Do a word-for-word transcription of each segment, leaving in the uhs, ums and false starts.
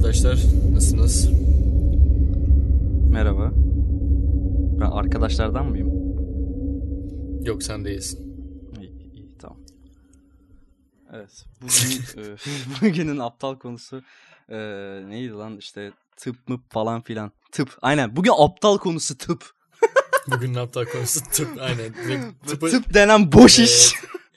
arkadaşlar, nasılsınız? Merhaba. Ben arkadaşlardan mıyım? Yok, sen değilsin. İyi, iyi tamam. Evet. Bugün e, bugünün aptal konusu e, neydi lan işte tıp mı falan filan. Tıp. Aynen. Bugün aptal konusu tıp. Bugünün aptal konusu tıp. Aynen. Direkt tıpı... Tıp denen boş iş.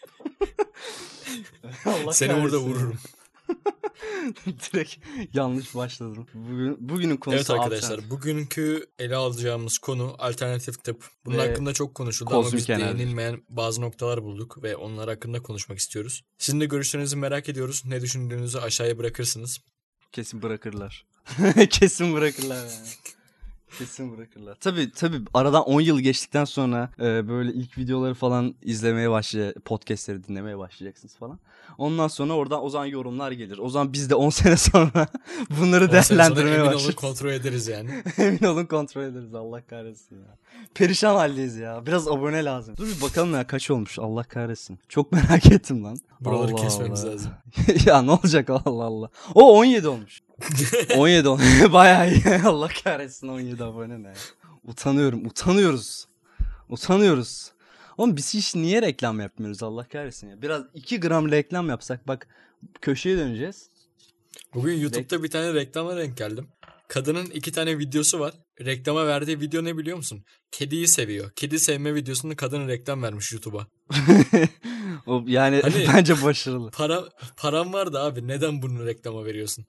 Allah Seni burada vururum. Direkt yanlış başladım. Bugün, bugünün konusu Evet arkadaşlar, alternatif. bugünkü ele alacağımız konu alternatif tıp. Bunun Ve hakkında çok konuşuldu ama biz enerji. değinilmeyen bazı noktalar bulduk ve onlar hakkında konuşmak istiyoruz. Sizin de görüşlerinizi merak ediyoruz. Ne düşündüğünüzü aşağıya bırakırsınız. Kesin bırakırlar. Kesin bırakırlar yani. Kesin bırakırlar. Tabii tabii aradan on yıl geçtikten sonra e, böyle ilk videoları falan izlemeye başlay, podcastleri dinlemeye başlayacaksınız falan. Ondan sonra oradan o zaman yorumlar gelir. O zaman biz de on sene sonra bunları değerlendirmeye başlarız. Emin olun kontrol ederiz yani. Emin olun kontrol ederiz, Allah kahretsin ya. Perişan haldeyiz ya. Biraz abone lazım. Dur bir bakalım ya kaç olmuş, Allah kahretsin. Çok merak ettim lan. Buraları Allah kesmemiz Allah. lazım. Ya ne olacak, Allah Allah. O on yedi olmuş. on yedi olmuş. Bayağı iyi. Allah kahretsin, on yedi abone ne? Utanıyorum. Utanıyoruz. Utanıyoruz. Oğlum biz hiç niye reklam yapmıyoruz, Allah kahretsin ya. Biraz iki gram reklam yapsak bak, köşeye döneceğiz. Bugün YouTube'da Rek- bir tane reklama denk geldim. Kadının iki tane videosu var. Reklama verdiği video ne biliyor musun? Kediyi seviyor. Kedi sevme videosunu kadın reklam vermiş YouTube'a. O yani hani, bence başarılı. Para param var da abi, neden bunu reklama veriyorsun?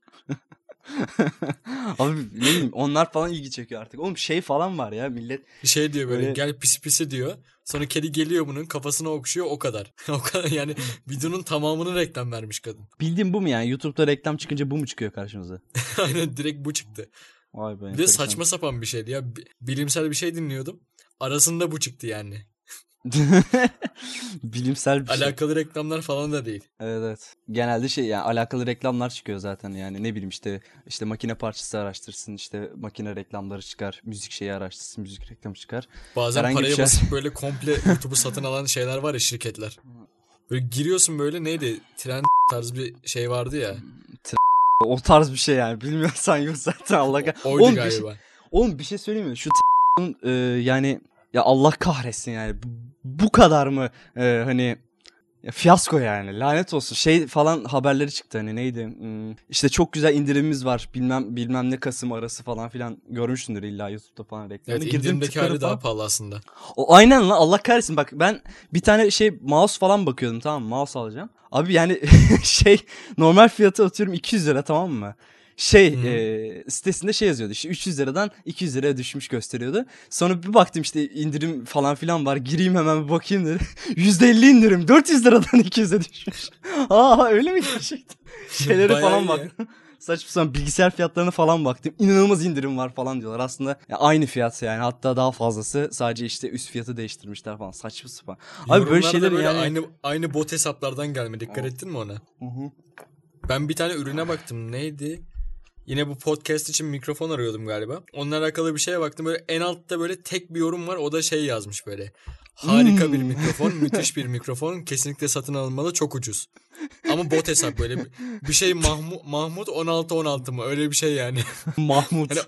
Abi ne bileyim, onlar falan ilgi çekiyor artık. Oğlum şey falan var ya, millet. Şey diyor böyle, böyle... gel pisi pisi diyor. Sonra kedi geliyor bunun kafasına okşuyor, o kadar. O kadar yani, videonun tamamını reklam vermiş kadın. Bildiğin bu mu yani? YouTube'da reklam çıkınca bu mu çıkıyor karşımıza? Aynen, direkt bu çıktı. Vay be. Bir de saçma sapan bir şeydi ya. Bilimsel bir şey dinliyordum. Arasında bu çıktı yani. Bilimsel bir şey. Alakalı reklamlar falan da değil. Evet evet. Genelde şey yani, alakalı reklamlar çıkıyor zaten yani, ne bileyim işte işte makine parçası araştırsın, işte makine reklamları çıkar, müzik şeyi araştırsın, müzik reklamı çıkar. Bazen Herhangi paraya şey... basıp böyle komple YouTube'u satın alan şeyler var ya, şirketler. Böyle giriyorsun, böyle neydi, trend tarzı bir şey vardı ya. O tarz bir şey yani, bilmiyorsan yok zaten, Allah kahretsin. Oydu oğlum, galiba. Bir şey, oğlum bir şey söyleyeyim mi? Şu e, yani ya Allah kahretsin yani, bu, bu kadar mı e, hani ya, fiyasko yani, lanet olsun. Şey falan haberleri çıktı, hani neydi? Hmm, işte çok güzel indirimimiz var, bilmem bilmem ne Kasım arası falan filan, görmüşsündür illa YouTube'da falan reklamı. Evet, indirimdeki hali daha pahalı aslında. O aynen lan, Allah kahretsin. Bak ben bir tane şey mouse falan bakıyordum, tamam mı? Mouse alacağım. Abi yani şey, normal fiyatı atıyorum iki yüz lira, tamam mı? Şey e, sitesinde şey yazıyordu işte, üç yüz liradan iki yüz liraya düşmüş gösteriyordu. Sonra bir baktım işte indirim falan filan var, gireyim hemen bir bakayım dedi. yüzde elli indirim, dört yüz liradan iki yüze düşmüş. Aa öyle mi gerçekten? Şeyleri falan baktım. Saçma sapan bilgisayar fiyatlarına falan baktım. İnanılmaz indirim var falan diyorlar. Aslında ya aynı fiyat yani, hatta daha fazlası. Sadece işte üst fiyatı değiştirmişler falan. Saçma sapan. Abi böyle şeyler böyle yani. Aynı, aynı bot hesaplardan gelme. Dikkat ettin mi ona? Hı hı. Ben bir tane ürüne baktım. Neydi? Yine bu podcast için mikrofon arıyordum galiba. Onunla alakalı bir şeye baktım. Böyle en altta böyle tek bir yorum var. O da şey yazmış böyle. Harika hmm. bir mikrofon, müthiş bir mikrofon. Kesinlikle satın alınmalı, çok ucuz. Ama bot hesap böyle. Bir şey Mahmut, Mahmut on altı on altı mı? Öyle bir şey yani. Mahmut. Hani,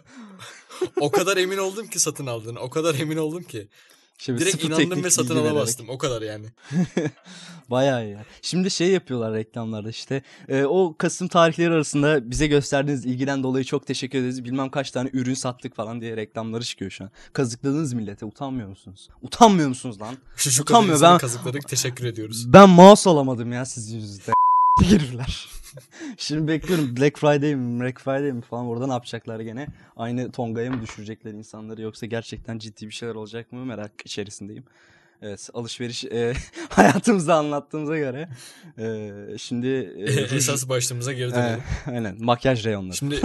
o kadar emin oldum ki satın aldığını. O kadar emin oldum ki. Şimdi direkt inandım ve satın ala bastım. O kadar yani. Bayağı iyi. Şimdi şey yapıyorlar reklamlarda işte. E, o Kasım tarihleri arasında bize gösterdiğiniz ilgiden dolayı çok teşekkür ederiz. Bilmem kaç tane ürün sattık falan diye reklamları çıkıyor şu an. Kazıkladınız millete. Utanmıyor musunuz? Utanmıyor musunuz lan? Şu, şu Utanmıyor. Ben kazıkladık. Teşekkür ediyoruz. Ben mouse alamadım ya sizin yüzünüzden. Girdiler. Şimdi bekliyorum Black Friday mi, Black Friday mi falan, orada ne yapacaklar gene? Aynı tongaya mı düşürecekler insanları, yoksa gerçekten ciddi bir şeyler olacak mı, merak içerisindeyim. Evet, alışveriş e, hayatımızda anlattığımıza göre e, şimdi e, esas başlığımıza geri dönelim. E, aynen, makyaj reyonları. Şimdi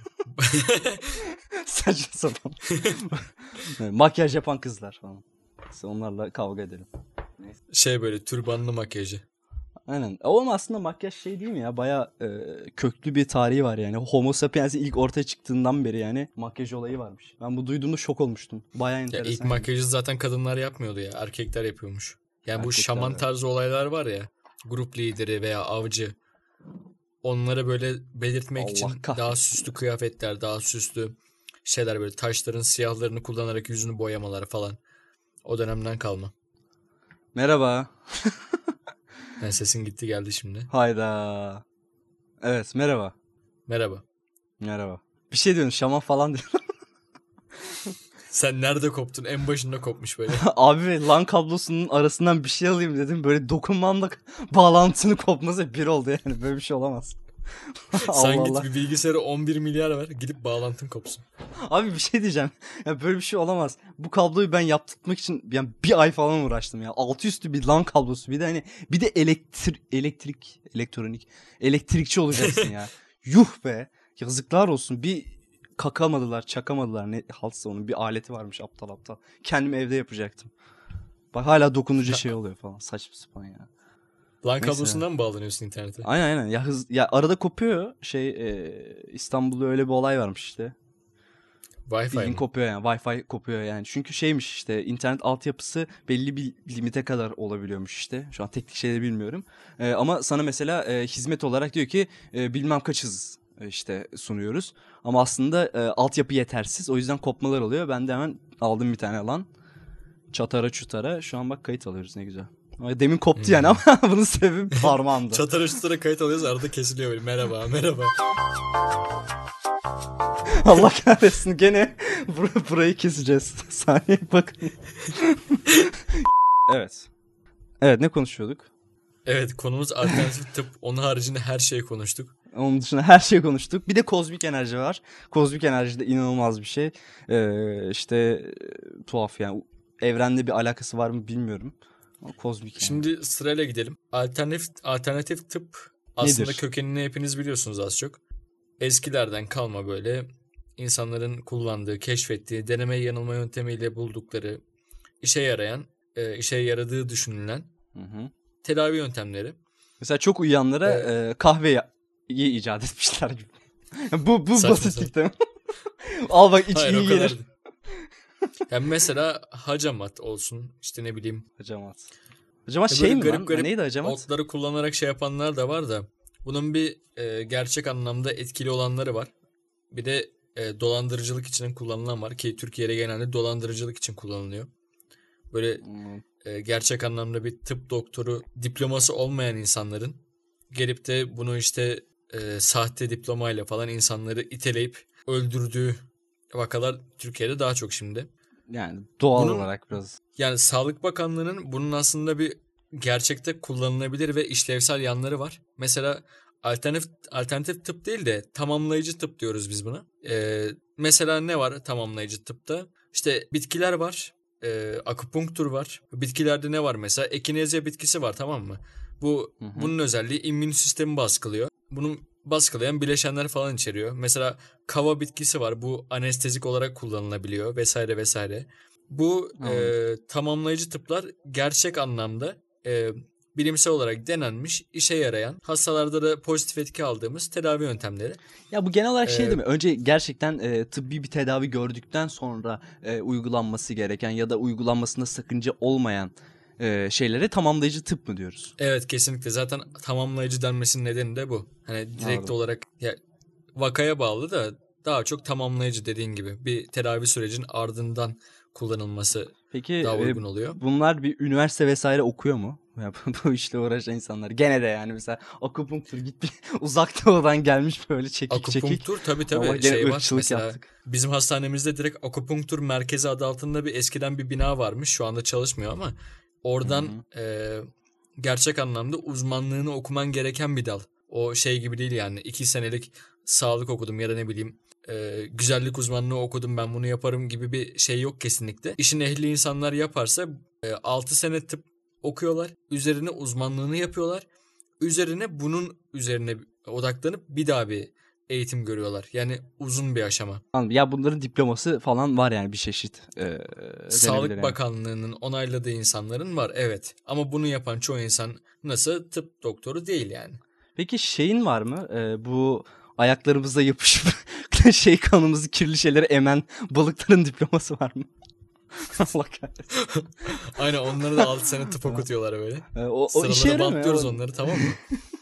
saçma sapan. Makyaj yapan kızlar falan. Onlarla kavga edelim. Neyse. Şey böyle türbanlı makyajı. Aynen. Ama aslında makyaj şey değil mi ya? Baya e, köklü bir tarihi var yani. Homo sapiens'in ilk ortaya çıktığından beri yani makyaj olayı varmış. Ben bu duyduğumda şok olmuştum. Baya enteresan. Ya ilk makyajı zaten kadınlar yapmıyordu ya. Erkekler yapıyormuş. Yani erkekler bu şaman tarzı olaylar var ya. Grup lideri veya avcı. onlara böyle belirtmek Allah için kahretsin. daha süslü kıyafetler, daha süslü şeyler, böyle taşların siyahlarını kullanarak yüzünü boyamalar falan. O dönemden kalma. Merhaba. Yani sesin gitti geldi şimdi. Hayda. Evet, merhaba. Merhaba. Merhaba. Bir şey diyorsun, şaman falan diyor. Sen nerede koptun? En başında kopmuş böyle. Abi LAN kablosunun arasından bir şey alayım dedim. Böyle dokunmamla bağlantının kopması bir oldu yani. Böyle bir şey olamaz. Allah Sen git Allah. bir bilgisayara on bir milyar ver, gidip bağlantın kopsun. Abi bir şey diyeceğim. Ya böyle bir şey olamaz. Bu kabloyu ben yaptırmak için yani bir ay falan uğraştım ya. Altı üstü bir LAN kablosu. Bir de hani bir de elektrik elektrik elektronik elektrikçi olacaksın ya. Yuh be. Yazıklar olsun. Bir kakamadılar, çakamadılar. Ne haltsa onun bir aleti varmış aptal aptal. Kendim evde yapacaktım. Bak hala dokununca şey oluyor falan. Saçma sapan ya. LAN Neyse. kablosundan mı bağlanıyorsun internete? Aynen aynen. Ya hız ya arada kopuyor. Şey e, İstanbul'da öyle bir olay varmış işte. Wi-Fi Bildiğin mi? kopuyor yani. Wi-Fi kopuyor yani. Çünkü şeymiş işte internet altyapısı belli bir limite kadar olabiliyormuş işte. Şu an teknik şeyleri bilmiyorum. Ee, ama sana mesela e, hizmet olarak diyor ki e, bilmem kaç hız e, işte sunuyoruz. Ama aslında e, altyapı yetersiz. O yüzden kopmalar oluyor. Ben de hemen aldım bir tane lan. Çatara çutara. Şu an bak kayıt alıyoruz ne güzel. Ama demin koptu yani ama bunun sebebi parmağımdı. Çatara çutara kayıt alıyoruz, arada kesiliyor böyle. Merhaba, merhaba. Allah kahretsin gene bur- burayı keseceğiz. Saniye bakın. Evet. Evet ne konuşuyorduk? Evet, konumuz alternatif tıp. Onun haricinde her şeyi konuştuk. Onun dışında her şeyi konuştuk. Bir de kozmik enerji var. Kozmik enerji de inanılmaz bir şey. Ee, işte e, tuhaf yani. Evrende bir alakası var mı bilmiyorum. Ama kozmik yani. Şimdi sırayla gidelim. Alternatif alternatif tıp aslında Nedir? kökenini hepiniz biliyorsunuz az çok. Eskilerden kalma böyle insanların kullandığı, keşfettiği, deneme yanılma yöntemiyle buldukları, işe yarayan, e, işe yaradığı düşünülen Hı hı. tedavi yöntemleri. Mesela çok uyuyanlara Ee, e, kahveyi icat etmişler gibi. bu bu Saçma basitlikte. Al bak iç Hayır, o iyi kadar gelir. değil. Yani mesela hacamat olsun, işte ne bileyim. Hacamat. Hacamat Ya şey böyle mi garip lan? garip Neydi hacamat? otları kullanarak şey yapanlar da var da bunun bir e, gerçek anlamda etkili olanları var. Bir de e, dolandırıcılık için kullanılan var ki Türkiye'de genelde dolandırıcılık için kullanılıyor. Böyle Hmm. e, gerçek anlamda bir tıp doktoru diploması olmayan insanların gelip de bunu işte e, sahte diplomayla falan insanları iteleyip öldürdüğü vakalar Türkiye'de daha çok şimdi. Yani doğal Bunun olarak biraz. Yani Sağlık Bakanlığı'nın bunun aslında bir gerçekte kullanılabilir ve işlevsel yanları var. Mesela alternatif alternatif tıp değil de tamamlayıcı tıp diyoruz biz buna. Ee, mesela ne var tamamlayıcı tıpta? İşte bitkiler var, e, akupunktur var. Bitkilerde ne var mesela? Ekinezya bitkisi var, tamam mı? Bu Hı hı. bunun özelliği immün sistemi baskılıyor. Bunun baskılayan bileşenler falan içeriyor. Mesela kava bitkisi var. Bu anestezik olarak kullanılabiliyor vesaire vesaire. Bu e, Anladım. tamamlayıcı tıplar gerçek anlamda e, bilimsel olarak denenmiş, işe yarayan, hastalarda da pozitif etki aldığımız tedavi yöntemleri. Ya bu genel olarak şey Ee, değil mi? Önce gerçekten e, tıbbi bir tedavi gördükten sonra e, uygulanması gereken ya da uygulanmasında sakınca olmayan e, şeylere tamamlayıcı tıp mı diyoruz? evet, kesinlikle, zaten tamamlayıcı denmesinin nedeni de bu. Hani direkt Anladım. olarak ya, vakaya bağlı da daha çok tamamlayıcı, dediğin gibi bir tedavi sürecinin ardından kullanılması Peki daha e, uygun oluyor. bunlar bir üniversite vesaire okuyor mu? Ya, bu, bu işle uğraşan insanlar. Gene de yani mesela akupunktur git bir uzak doğudan gelmiş böyle çekik çekik. Akupunktur tabii Ama tabii gene şey var ırkçılık mesela, yaptık. bizim hastanemizde direkt akupunktur merkezi adı altında bir eskiden bir bina varmış, şu anda çalışmıyor ama oradan Hı hı. e, gerçek anlamda uzmanlığını okuman gereken bir dal. O şey gibi değil yani, iki senelik sağlık okudum ya da ne bileyim e, güzellik uzmanlığı okudum ben bunu yaparım gibi bir şey yok kesinlikle. İşin ehli insanlar yaparsa e, altı sene tıp okuyorlar, üzerine uzmanlığını yapıyorlar, üzerine bunun üzerine odaklanıp bir daha bir eğitim görüyorlar. Yani uzun bir aşama. Anladım. Ya bunların diploması falan var yani bir çeşit e, denebilir Sağlık yani. Bakanlığı'nın onayladığı insanların var, evet. Ama bunu yapan çoğu insan nasıl tıp doktoru değil yani. Peki şeyin var mı? Ee, bu ayaklarımıza yapışıp şey kanımızı kirli şeyleri emen balıkların diploması var mı? Allah kahretsin. Aynen, onları da altı sene tıp okutuyorlar böyle. Ee, o, o işe Sıralara yarar mı ya? bantlıyoruz O- onları, tamam mı?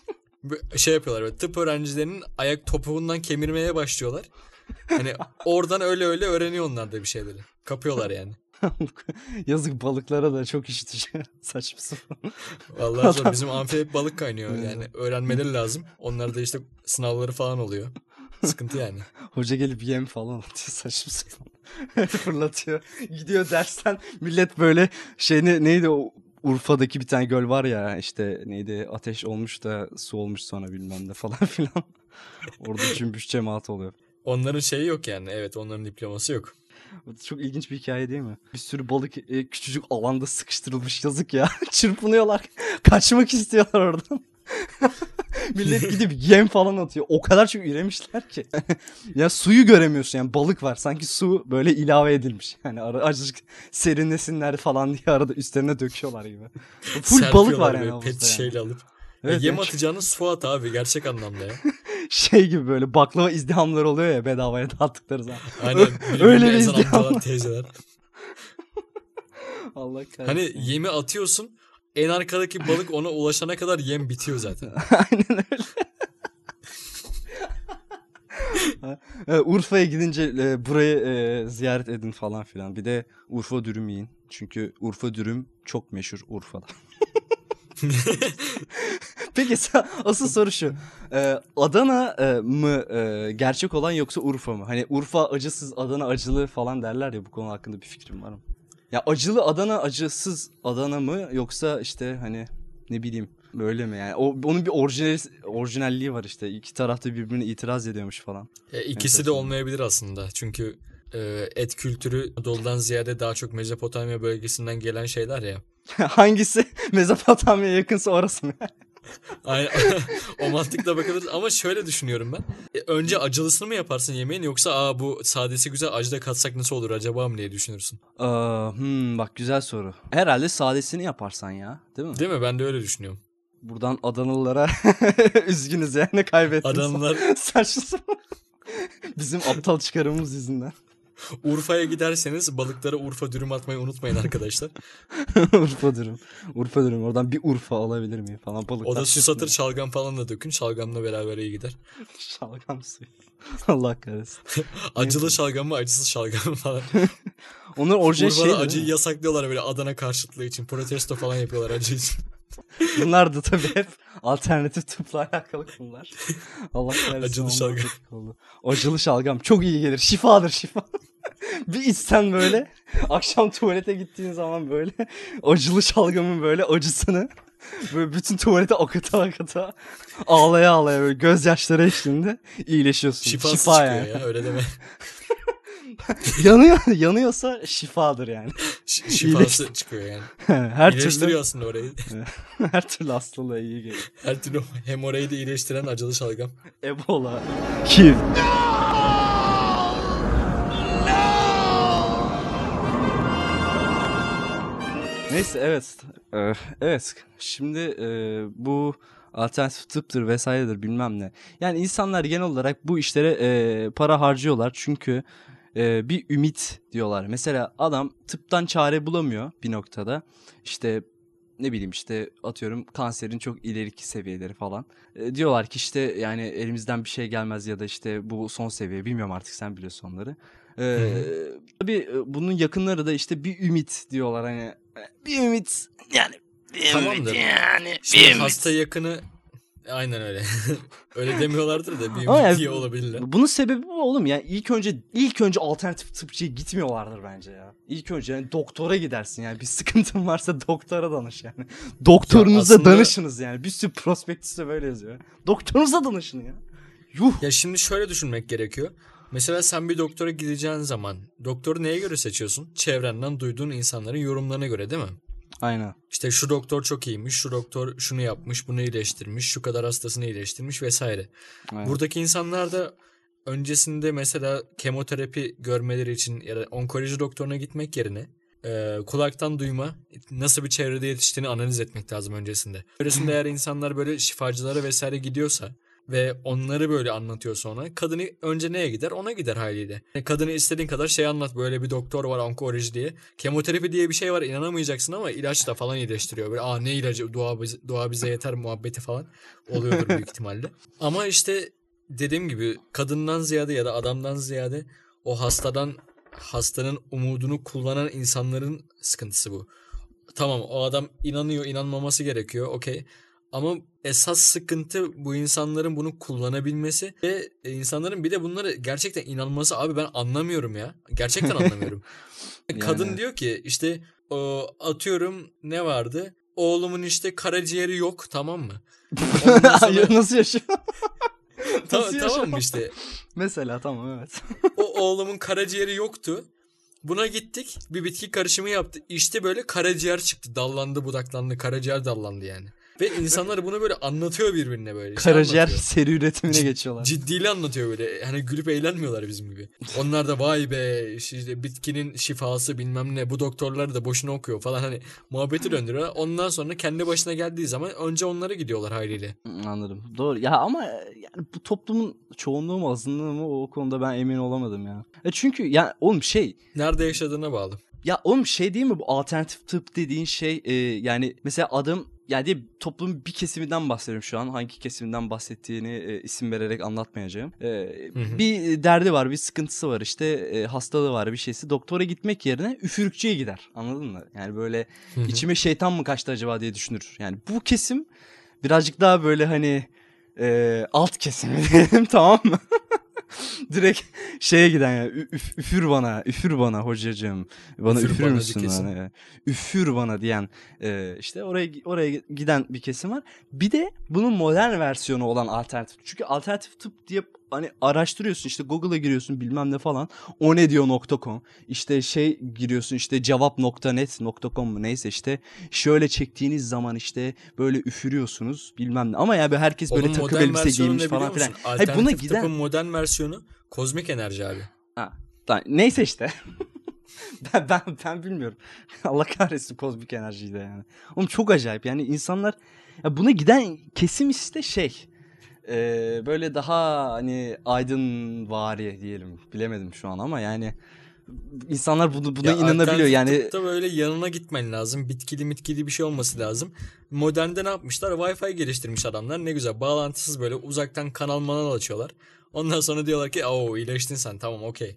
Bir şey yapıyorlar böyle, tıp öğrencilerinin ayak topuğundan kemirmeye başlıyorlar. Hani oradan öyle öyle öğreniyor onlar da bir şeyleri. Kapıyorlar yani. Yazık balıklara da çok iş düşüyor. Saçma sapan. Vallahi zor. Bizim amfi hep balık kaynıyor. Yani öğrenmeleri lazım. Onlar da işte sınavları falan oluyor. Sıkıntı yani. Hoca gelip yem falan atıyor, saçma sapan. Fırlatıyor. Gidiyor dersten millet böyle şey ne, neydi o Urfa'daki bir tane göl var ya işte neydi ateş olmuş da su olmuş sonra bilmem ne falan filan. Orada cümbüş cemaat oluyor. Onların şeyi yok yani. Evet, onların diploması yok. Çok ilginç bir hikaye değil mi? Bir sürü balık e, küçücük alanda sıkıştırılmış, yazık ya. Çırpınıyorlar. Kaçmak istiyorlar oradan. Millet gidip yem falan atıyor. O kadar çok üremişler ki. Ya suyu göremiyorsun yani, balık var. Sanki su böyle ilave edilmiş. Yani ara, azıcık serinlesinler falan diye arada üstlerine döküyorlar gibi. Full balık var yani. Pet şeyle yani. alıp. Evet, yem yani. atacağınız su at abi, gerçek anlamda ya. Şey gibi böyle baklava izdihamları oluyor ya bedavaya dağıttıkları zaman. Aynen. Öyle bir ezan izdiham. amcalar, teyzeler. Allah kahretsin. Hani yemi atıyorsun, en arkadaki balık ona ulaşana kadar yem bitiyor zaten. Aynen öyle. Urfa'ya gidince e, burayı e, ziyaret edin falan filan. Bir de Urfa dürüm yiyin. Çünkü Urfa dürüm çok meşhur Urfa'da. Peki asıl soru şu. Ee, Adana e, mı e, gerçek olan yoksa Urfa mı? Hani Urfa acısız, Adana acılı falan derler ya, bu konu hakkında bir fikrim var mı? Ya acılı Adana, acısız Adana mı yoksa işte hani ne bileyim böyle mi yani? O, onun bir orijinal, orijinalliği var işte. İki tarafta birbirine itiraz ediyormuş falan. E, ikisi de olmayabilir aslında. Çünkü e, et kültürü Anadolu'dan ziyade daha çok Mezopotamya bölgesinden gelen şeyler ya. Hangisi Mezopotamya'ya yakınsa orası mı? Aynen. O mantıkla bakılır ama şöyle düşünüyorum ben. E, önce acılısını mı yaparsın yemeğin, yoksa aa bu sadesi güzel, acı da katsak nasıl olur acaba mı diye düşünürsün. Aa, hmm, bak güzel soru. Herhalde sadesini yaparsan ya, değil mi? Değil mi? Ben de öyle düşünüyorum. Buradan Adanalılara üzgünüz yani, kaybettiniz. Adanalılar Saçma. Bizim aptal çıkarımımız yüzünden. Urfa'ya giderseniz balıklara Urfa dürüm atmayı unutmayın arkadaşlar. Urfa dürüm. Urfa dürüm. Oradan bir Urfa alabilir miyim falan. Balıklar O da susatır, çıkmıyor. şalgam falan da dökün. Şalgamla beraber iyi gider. Şalgam suyu. Allah kahretsin. Acılı şalgam mı, acısız şalgam mı falan. Onlar orijinal şey Urfa'da değil acıyı mi? yasaklıyorlar böyle Adana karşıtlığı için. Protesto falan yapıyorlar acı için. Bunlar da tabii hep alternatif tıpla alakalı konular. Allah kahretsin. Acılı onlar şalgam. da oldu. Acılı şalgam çok iyi gelir. Şifadır şifa. Bir içsen böyle akşam tuvalete gittiğin zaman böyle acılı şalgamın böyle acısını böyle bütün tuvalete akıta akıta ağlaya ağlaya böyle gözyaşları eşliğinde iyileşiyorsun. Şifası Şifa çıkıyor yani. ya, öyle deme. Yanıyor, yanıyorsa şifadır yani. Ş- şifası çıkıyor yani. Her İyileştiriyor türlü aslında orayı. her türlü hastalığa iyi gelir. Her türlü hemoroidi iyileştiren acılı şalgam. Ebola, H I V. Neyse evet. Ee, evet. Şimdi e, bu alternatif tıptır vesairedir bilmem ne. Yani insanlar genel olarak bu işlere e, para harcıyorlar çünkü e, bir ümit diyorlar. Mesela adam tıptan çare bulamıyor bir noktada. İşte ne bileyim işte atıyorum kanserin çok ileriki seviyeleri falan. E, diyorlar ki işte yani elimizden bir şey gelmez ya da işte bu son seviye, bilmiyorum artık sen biliyorsun onları. Ee, tabii bunun yakınları da işte bir ümit diyorlar hani bir ümit yani bir Tamamdır. ümit yani Şimdi bir ümit. hasta yakını aynen öyle. Öyle demiyorlardır da bir Ama ümit yani diye olabilirler. bunun sebebi bu oğlum ya, ilk önce ilk önce alternatif tıpçıya gitmiyorlardır bence ya. İlk önce yani doktora gidersin yani, bir sıkıntın varsa doktora danış yani. Doktorunuza aslında- danışınız yani, bir sürü prospektüste böyle yazıyor. Doktorunuza danışın ya. Yuh. Ya şimdi şöyle düşünmek gerekiyor. Mesela sen bir doktora gideceğin zaman doktoru neye göre seçiyorsun? Çevrenden duyduğun insanların yorumlarına göre, değil mi? Aynen. İşte şu doktor çok iyiymiş, şu doktor şunu yapmış, bunu iyileştirmiş, şu kadar hastasını iyileştirmiş vesaire. Aynen. Buradaki insanlar da öncesinde mesela kemoterapi görmeleri için ya da onkoloji doktoruna gitmek yerine e, kulaktan duyma, nasıl bir çevrede yetiştiğini analiz etmek lazım öncesinde. Öncesinde eğer insanlar böyle şifacılara vesaire gidiyorsa ve onları böyle anlatıyor sonra. Kadını önce neye gider? Ona gider haliyle. Yani kadını istediğin kadar şey anlat. Böyle bir doktor var onkoloji diye. Kemoterapi diye bir şey var, inanamayacaksın ama ilaçla falan iyileştiriyor. Böyle aa ne ilacı, dua bize, dua bize yeter muhabbeti falan oluyordur büyük ihtimalle. Ama işte dediğim gibi kadından ziyade ya da adamdan ziyade o hastadan hastanın umudunu kullanan insanların sıkıntısı bu. Tamam, o adam inanıyor, inanmaması gerekiyor, okey. Ama esas sıkıntı bu insanların bunu kullanabilmesi ve insanların bir de bunları gerçekten inanması. Abi ben anlamıyorum ya. Gerçekten anlamıyorum. Kadın Yani. diyor ki işte o, atıyorum ne vardı? Oğlumun işte karaciğeri yok, tamam mı? Ondan sonra Nasıl yaşıyor? ta- Nasıl tamam yaşıyor? mı işte Mesela tamam evet. o oğlumun karaciğeri yoktu. Buna gittik, bir bitki karışımı yaptı. İşte böyle karaciğer çıktı. Dallandı, budaklandı, karaciğer dallandı yani. Ve insanlar bunu böyle anlatıyor birbirine böyle. Şey Karaciğer anlatıyor. seri üretimine Cid- geçiyorlar. Ciddiyle anlatıyor böyle. Hani gülüp eğlenmiyorlar bizim gibi. Onlar da vay be işte bitkinin şifası bilmem ne. Bu doktorlar da boşuna okuyor falan, hani muhabbeti döndürüyor. Ondan sonra kendi başına geldiği zaman önce onlara gidiyorlar haliyle. Anladım. Doğru. Ya ama yani bu toplumun çoğunluğu mu azınlığı mı o konuda ben emin olamadım ya. E çünkü ya oğlum şey Nerede yaşadığına bağlı. ya oğlum şey değil mi bu alternatif tıp dediğin şey e, yani mesela adam yani diye toplumun bir kesiminden bahsediyorum şu an. Hangi kesiminden bahsettiğini e, isim vererek anlatmayacağım. E, Hı hı. bir derdi var, bir sıkıntısı var işte e, hastalığı var bir şeysi. Doktora gitmek yerine üfürükçüye gider. Anladın mı? Yani böyle Hı hı. içime şeytan mı kaçtı acaba diye düşünür. Yani bu kesim birazcık daha böyle hani e, alt kesimi diyelim tamam mı? Direkt şeye giden ya üf, üfür bana üfür bana hocacığım bana Üfür üfür banacı müsün kesim. hani üfür bana diyen e, işte oraya oraya giden bir kesim var. Bir de bunun modern versiyonu olan alternatif. Çünkü alternatif tıp diye hani araştırıyorsun işte Google'a giriyorsun bilmem ne falan o ne diyor nokta com işte şey giriyorsun işte cevap nokta net nokta com mu neyse işte şöyle çektiğiniz zaman işte böyle üfürüyorsunuz bilmem ne ama ya yani herkes böyle Onun takım modern elbise versiyonu giymiş ne biliyor falan filan. musun? Hayır buna Alternatif giden tıpın modern versiyonu kozmik enerji abi. ha, tamam. Neyse işte. ben, ben ben bilmiyorum. Allah kahretsin kozmik enerjiyi de yani. Oğlum çok acayip. Yani insanlar ya buna giden kesim işte şey. e, böyle daha hani aydınvari diyelim. Bilemedim şu an ama yani insanlar bunu buna Ya inanabiliyor. alternatif Yani tıpta böyle yanına gitmen lazım. Bitkili mitkili bir şey olması lazım. Modernde ne yapmışlar? Wi-Fi geliştirmiş adamlar. Ne güzel. Bağlantısız böyle uzaktan kanal manal açıyorlar. Ondan sonra diyorlar ki oo iyileştin sen, tamam okey.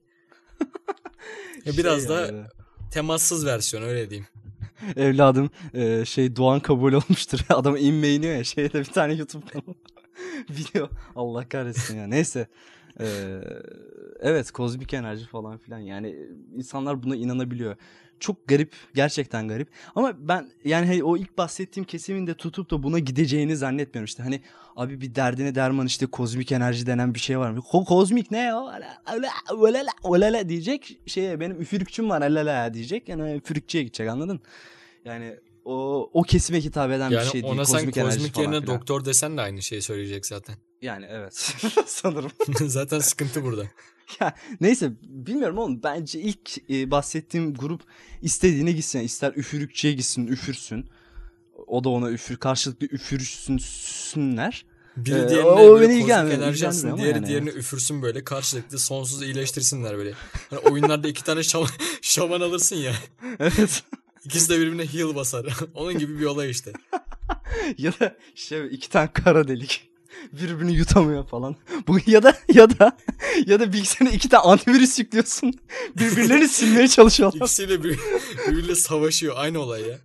şey Biraz ya da böyle. temassız versiyon, öyle diyeyim. Evladım e, şey Doğan kabul olmuştur. Adam inme iniyor ya şeyde bir tane YouTube kanalı. Video. Allah kahretsin ya. Neyse. Ee, evet kozmik enerji falan filan yani insanlar buna inanabiliyor. Çok garip, gerçekten garip. Ama ben yani hani o ilk bahsettiğim kesimin de tutup da buna gideceğini zannetmiyorum işte. Hani abi bir derdine derman işte kozmik enerji denen bir şey var mı? Ko kozmik ne o? Öyle öyle öyle diyecek. Şeye benim üfürükçüm var öyle diyecek. Yani üfürükçüye gidecek anladın? Yani o o kesime hitap eden bir Yani şey değil. ona sen Kozmik enerji kozmik falan yerine filan. doktor desen de aynı şeyi söyleyecek zaten. Yani evet. Sanırım. Zaten sıkıntı burada. Ya neyse bilmiyorum oğlum bence ilk e, bahsettiğim grup istediğine gitsin. İster üfürükçüye gitsin üfürsün. O da ona üfür karşılıklı üfürsünler. Biri Ee, diğerine o böyle beni kozmik ilgilenmiyor, enerji ilgilendirmiyor atsın, ama diğeri yani diğerine evet. üfürsün, böyle karşılıklı sonsuz iyileştirsinler böyle. Hani oyunlarda iki tane şaman, şaman alırsın ya. Evet. İkisi de birbirine heal basar. Onun gibi bir olay işte. Ya da şey iki tane kara delik birbirini yutamıyor falan. Bu ya da ya da ya da bilgisayarına iki tane antivirüs yüklüyorsun. Birbirlerini silmeye çalışıyorlar. İkisiyle bir, birbiriyle savaşıyor. Aynı olay ya.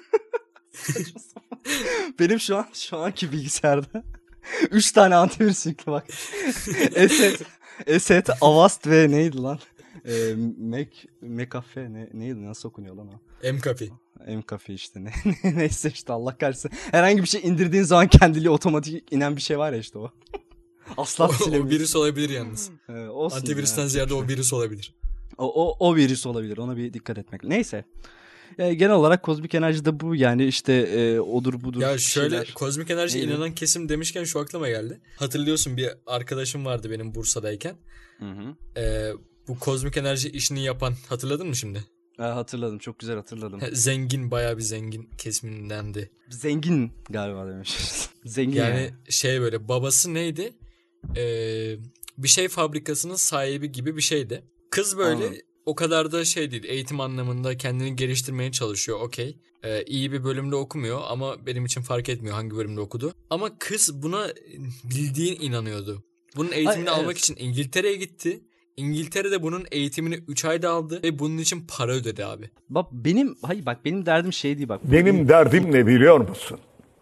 Saçma sapan. Benim şu an şu anki bilgisayarda üç tane antivirüs yüklü bak. Eset, Eset, Avast ve neydi lan? Ee, Mac, McAfee ne, neydi nasıl okunuyor lan o? M-Kafi. McAfee işte ne, neyse işte Allah kahretsin. Herhangi bir şey indirdiğin zaman kendiliği otomatik inen bir şey var ya işte o. Asla O, o silemiyorsun. virüs olabilir yalnız. Ee, olsun Antivirüsten ya, ziyade o şey. virüs olabilir. O, o, o virüs olabilir ona bir dikkat etmek. Neyse. Yani genel olarak kozmik enerji de bu yani işte e, odur budur Ya bir şöyle şeyler. kozmik enerji Neydi? inanan kesim demişken şu aklıma geldi. Hatırlıyorsun, bir arkadaşım vardı benim Bursa'dayken. Hı hı. Ee, bu kozmik enerji işini yapan, hatırladın mı şimdi? Ha, hatırladım çok güzel hatırladım. Zengin, bayağı bir zengin kesimindendi. Zengin galiba demiş. Zengin Yani yani. şey böyle babası neydi? Ee, bir şey fabrikasının sahibi gibi bir şeydi. Kız böyle Anladım. o kadar da şey değil. Eğitim anlamında kendini geliştirmeye çalışıyor. Okey. Ee, iyi bir bölümde okumuyor ama benim için fark etmiyor hangi bölümde okudu. Ama kız buna bildiğin inanıyordu. Bunun eğitimini Ay, almak evet. için İngiltere'ye gitti. İngiltere'de bunun eğitimini üç ayda aldı ve bunun için para ödedi abi. Bak benim hayır bak benim derdim şey değil bak. Benim derdim ne biliyor musun?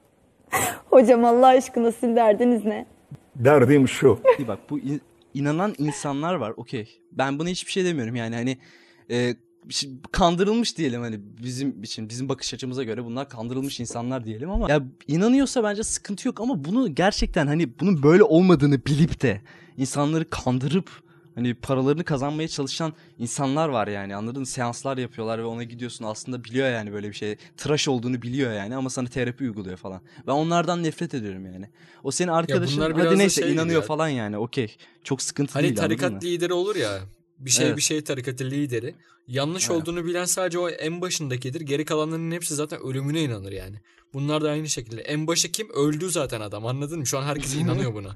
Hocam Allah aşkına sizin derdiniz ne? Derdim şu. Değil bak bu in- inanan insanlar var. Okey. Ben buna hiçbir şey demiyorum yani hani e, şi- kandırılmış diyelim hani bizim için bizim bakış açımıza göre bunlar kandırılmış insanlar diyelim ama ya inanıyorsa bence sıkıntı yok ama bunu gerçekten hani bunun böyle olmadığını bilip de insanları kandırıp hani paralarını kazanmaya çalışan insanlar var yani anladın mı? Seanslar yapıyorlar ve ona gidiyorsun aslında biliyor yani böyle bir şey tıraş olduğunu biliyor yani ama sana terapi uyguluyor falan. Ben onlardan nefret ediyorum yani. O senin arkadaşın bunlar biraz hadi da neyse şey gibi inanıyor ya. falan yani okey. Çok sıkıntı Hani değil anladın mı? tarikat lideri olur ya. Bir şey Evet. bir şey tarikatı lideri. Yanlış Evet. olduğunu bilen sadece o en başındakidir. Geri kalanların hepsi zaten ölümüne inanır yani. Bunlar da aynı şekilde. En başı kim? Öldü zaten adam, anladın mı? Şu an herkes inanıyor buna.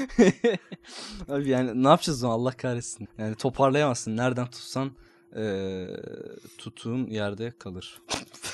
Abi yani ne yapacağız o Allah kahretsin. Yani toparlayamazsın. Nereden tutsan eee tuttuğun yerde kalır.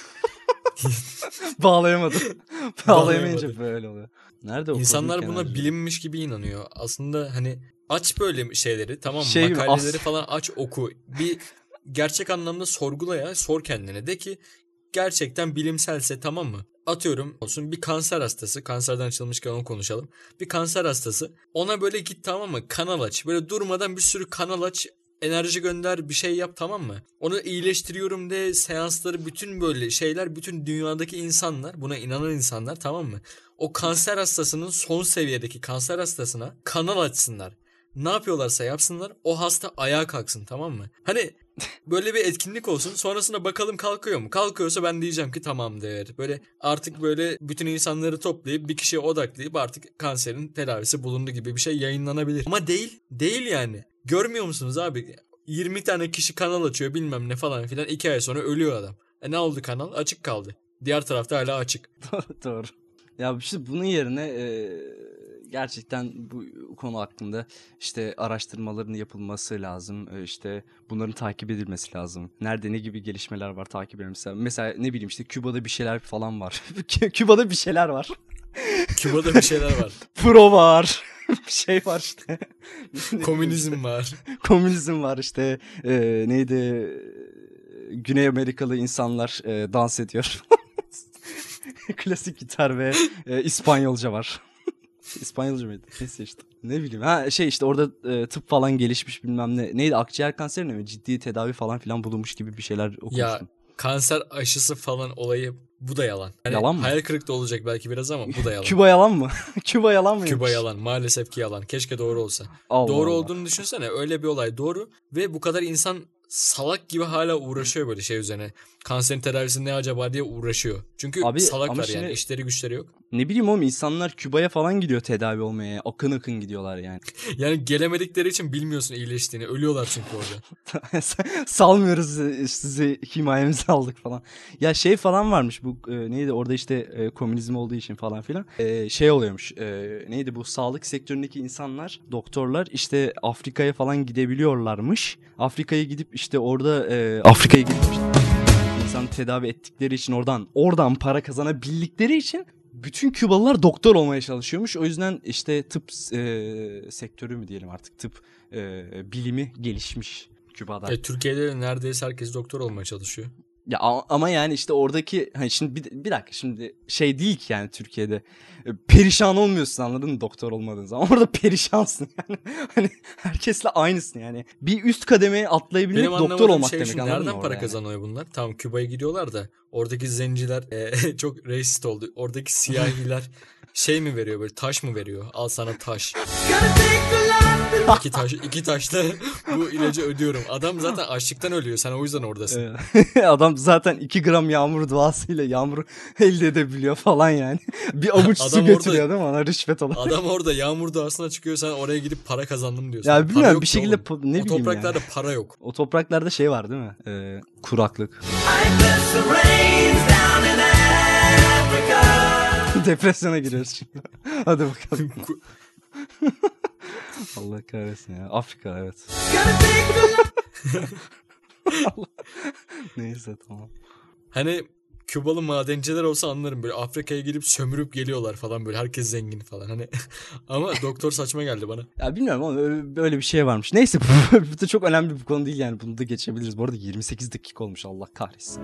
Bağlayamadım. Bağlayamayınca böyle oluyor. Nerede o? İnsanlar Kuruluk buna enerji? bilinmiş gibi inanıyor. Aslında hani aç böyle şeyleri, tamam mı? Şey gibi, Makaleleri as- falan aç, oku. Bir gerçek anlamda sorgula ya. Sor kendine. De ki gerçekten bilimselse, tamam mı? Atıyorum olsun bir kanser hastası. Kanserden açılmışken onu konuşalım. Bir kanser hastası. Ona böyle git, tamam mı? Kanal aç. Böyle durmadan bir sürü kanal aç. Enerji gönder, bir şey yap, tamam mı? Onu iyileştiriyorum de, seansları, bütün böyle şeyler, bütün dünyadaki insanlar, buna inanan insanlar, tamam mı? O kanser hastasının son seviyedeki kanser hastasına kanal açsınlar. Ne yapıyorlarsa yapsınlar, o hasta ayağa kalksın, tamam mı? Hani böyle bir etkinlik olsun, sonrasında bakalım kalkıyor mu? Kalkıyorsa ben diyeceğim ki tamamdır. Böyle artık böyle bütün insanları toplayıp bir kişiye odaklayıp artık kanserin tedavisi bulundu gibi bir şey yayınlanabilir. Ama değil, değil yani. Görmüyor musunuz abi? yirmi tane kişi kanal açıyor bilmem ne falan filan. iki ay sonra ölüyor adam. E ne oldu kanal? Açık kaldı. Diğer tarafta hala açık. Doğru. Ya işte bunun yerine e, gerçekten bu konu hakkında işte araştırmaların yapılması lazım. E, işte bunların takip edilmesi lazım. Nerede ne gibi gelişmeler var takip edilmesi lazım. Mesela ne bileyim işte Küba'da bir şeyler falan var. Küba'da bir şeyler var. Küba'da bir şeyler var. Pro var. Bir şey var işte. Komünizm var. Komünizm var işte. E, neydi? Güney Amerikalı insanlar e, dans ediyor. Klasik gitar ve e, İspanyolca var. İspanyolca mıydı? Neyse işte. Ne bileyim. Ha şey işte orada e, tıp falan gelişmiş bilmem ne. Neydi? Akciğer kanserine mi? Ciddi tedavi falan filan bulunmuş gibi bir şeyler okumuştum. Ya kanser aşısı falan olayı, bu da yalan. Yani Yalan mı? hayal kırıklığı olacak belki biraz ama bu da yalan. Küba yalan mı? Küba yalan mı? Küba yalan. Maalesef ki yalan. Keşke doğru olsa. Allah doğru Allah. olduğunu düşünsene. Öyle bir olay doğru. Ve bu kadar insan salak gibi hala uğraşıyor böyle şey üzerine. Kanserin tedavisi ne acaba diye uğraşıyor. Çünkü Abi, salaklar ama yani. şimdi- İşleri güçleri yok. Ne bileyim oğlum insanlar Küba'ya falan gidiyor tedavi olmaya. Akın akın gidiyorlar yani. Yani gelemedikleri için bilmiyorsun iyileştiğini. Ölüyorlar çünkü orada. Salmıyoruz sizi, sizi himayemize aldık falan. Ya şey falan varmış bu e, neydi orada işte e, komünizm olduğu için falan filan. E, şey oluyormuş e, neydi bu sağlık sektöründeki insanlar doktorlar işte Afrika'ya falan gidebiliyorlarmış. Afrika'ya gidip işte orada e, Afrika'ya gidip işte insan tedavi ettikleri için oradan oradan para kazanabildikleri için bütün Kübalılar doktor olmaya çalışıyormuş. O yüzden işte tıp e, sektörü mü diyelim artık tıp e, bilimi gelişmiş Küba'da. E, Türkiye'de de neredeyse herkes doktor olmaya çalışıyor. Ya a- ama yani işte oradaki hani şimdi bir, bir dakika şimdi şey değil ki yani Türkiye'de e, perişan olmuyorsun anladın mı doktor olmadığın zaman. Orada perişansın yani. Hani herkesle aynısın yani. Bir üst kademeye atlayabilmek Benim doktor anlamadığım olmak şey demek şu, anladın mı nereden orada para yani? kazanıyor bunlar? Tamam Küba'ya gidiyorlar da oradaki zenciler e, çok racist oldu. Oradaki siyahiler şey mi veriyor, böyle taş mı veriyor? Al sana taş. iki taş iki taşla bu ilacı ödüyorum. Adam zaten açlıktan ölüyor. Sen o yüzden oradasın. Evet. Adam zaten iki gram yağmur duasıyla yağmuru elde edebiliyor falan yani. Bir avuç su Adam orada- götürüyor değil mi ona rüşvet olarak? Adam orada yağmur doğasına çıkıyor, sen oraya gidip para kazandım diyorsun. Ya Para bilmiyorum, yok bir ki şekilde oğlum. po- ne o bileyim topraklarda yani. para yok. O topraklarda şey var değil mi? Ee, kuraklık. Depresyona giriyoruz şimdi. Hadi bakalım. Allah kahretsin ya. Afrika evet. Neyse tamam. Hani Kübalı madenciler olsa anlarım, böyle Afrika'ya gidip sömürüp geliyorlar falan, böyle herkes zengin falan hani. Ama doktor saçma geldi bana. Ya bilmiyorum ama böyle bir şey varmış. Neyse bu da çok önemli bir konu değil yani, bunu da geçebiliriz. Bu arada yirmi sekiz dakika olmuş, Allah kahretsin.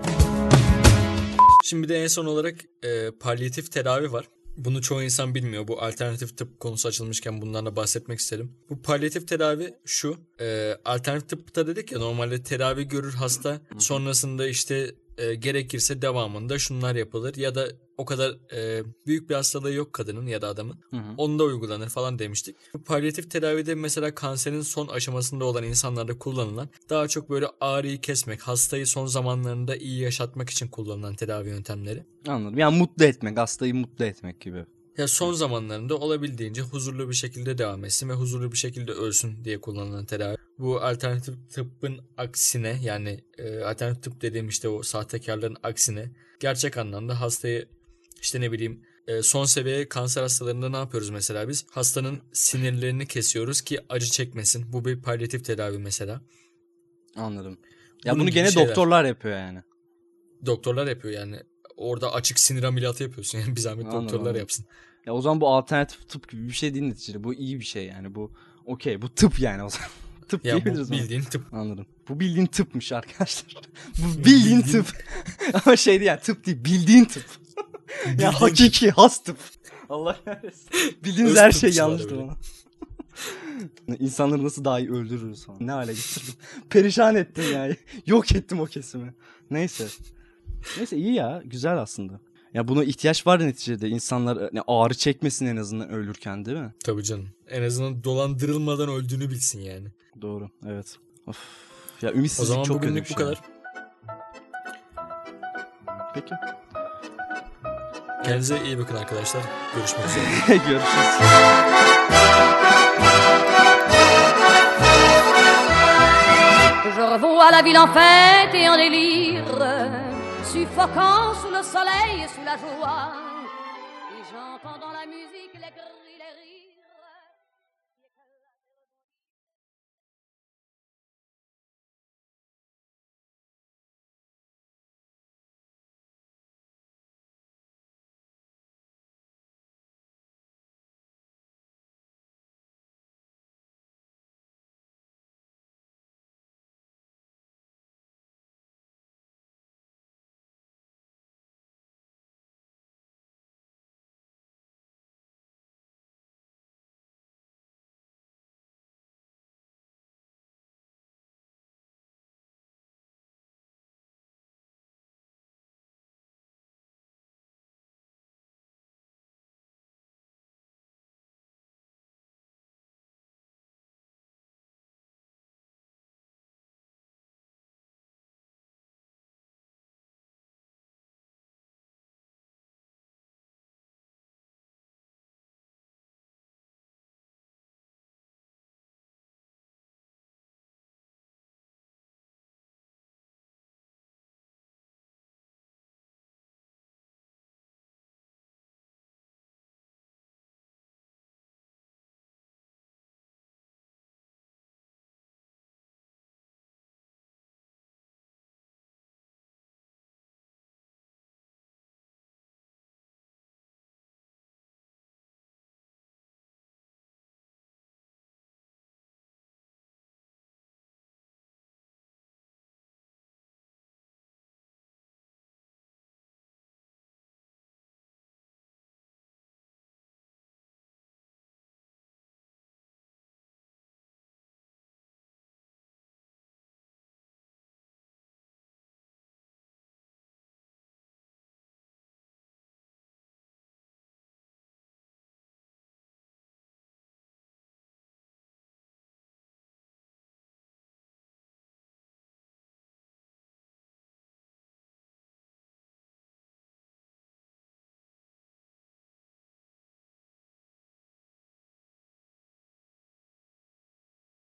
Şimdi de en son olarak e, palyatif tedavi var. Bunu çoğu insan bilmiyor. Bu alternatif tıp konusu açılmışken bundan da bahsetmek istedim. Bu palyatif tedavi şu. E, alternatif tıpta dedik ya, normalde tedavi görür hasta. Sonrasında işte e, gerekirse devamında şunlar yapılır. Ya da o kadar e, büyük bir hastalığı yok kadının ya da adamın. Hı hı. Onda uygulanır falan demiştik. Bu palyatif tedavide mesela kanserin son aşamasında olan insanlarda kullanılan, daha çok böyle ağrıyı kesmek, hastayı son zamanlarında iyi yaşatmak için kullanılan tedavi yöntemleri. Anladım. Yani mutlu etmek, hastayı mutlu etmek gibi. Ya son zamanlarında olabildiğince huzurlu bir şekilde devam etsin ve huzurlu bir şekilde ölsün diye kullanılan tedavi. Bu alternatif tıbbın aksine, yani e, alternatif tıp dediğim işte o sahtekarların aksine, gerçek anlamda hastayı işte ne bileyim e, son seviye kanser hastalarında ne yapıyoruz mesela biz? Hastanın sinirlerini kesiyoruz ki acı çekmesin. Bu bir palyatif tedavi mesela. Anladım. Ya Bunun bunu gibi gene şeyler. doktorlar yapıyor yani. Doktorlar yapıyor yani. Orada açık sinir ameliyatı yapıyorsun yani, bir zahmet Anladım, doktorlar anladım. yapsın. Ya o zaman bu alternatif tıp gibi bir şey değil neticede. Bu iyi bir şey yani. Bu okey. Bu tıp yani o zaman. Tıp Ya diyebiliriz bu ona. bildiğin tıp. Anladım. Bu bildiğin tıpmış arkadaşlar. Bu bildiğin tıp. Ama şey değil yani, tıp değil. Bildiğin tıp. Ya hakiki has tıp. Allah kahretsin. Bildiğiniz Öz her şey tıpçılar yanlıştı böyle. bana. İnsanları nasıl daha iyi öldürürüz falan. Ne hale getirdim. Perişan ettim yani. Yok ettim o kesimi. Neyse. Neyse iyi ya. Güzel aslında. Ya buna ihtiyaç var neticede. İnsanlar ne ağrı çekmesin en azından ölürken, değil mi? Tabii canım. En azından dolandırılmadan öldüğünü bilsin yani. Doğru. Evet. Of. Ya O ümitsizlik zaman çok kötü bugünlük bir bu şey. kadar. Peki. Kendinize iyi bakın arkadaşlar. Görüşmek üzere. Görüşürüz. Je revois la ville en fête et en délire, suffoquant sous le soleil et sous la joie. Et j'entends dans la musique les grands...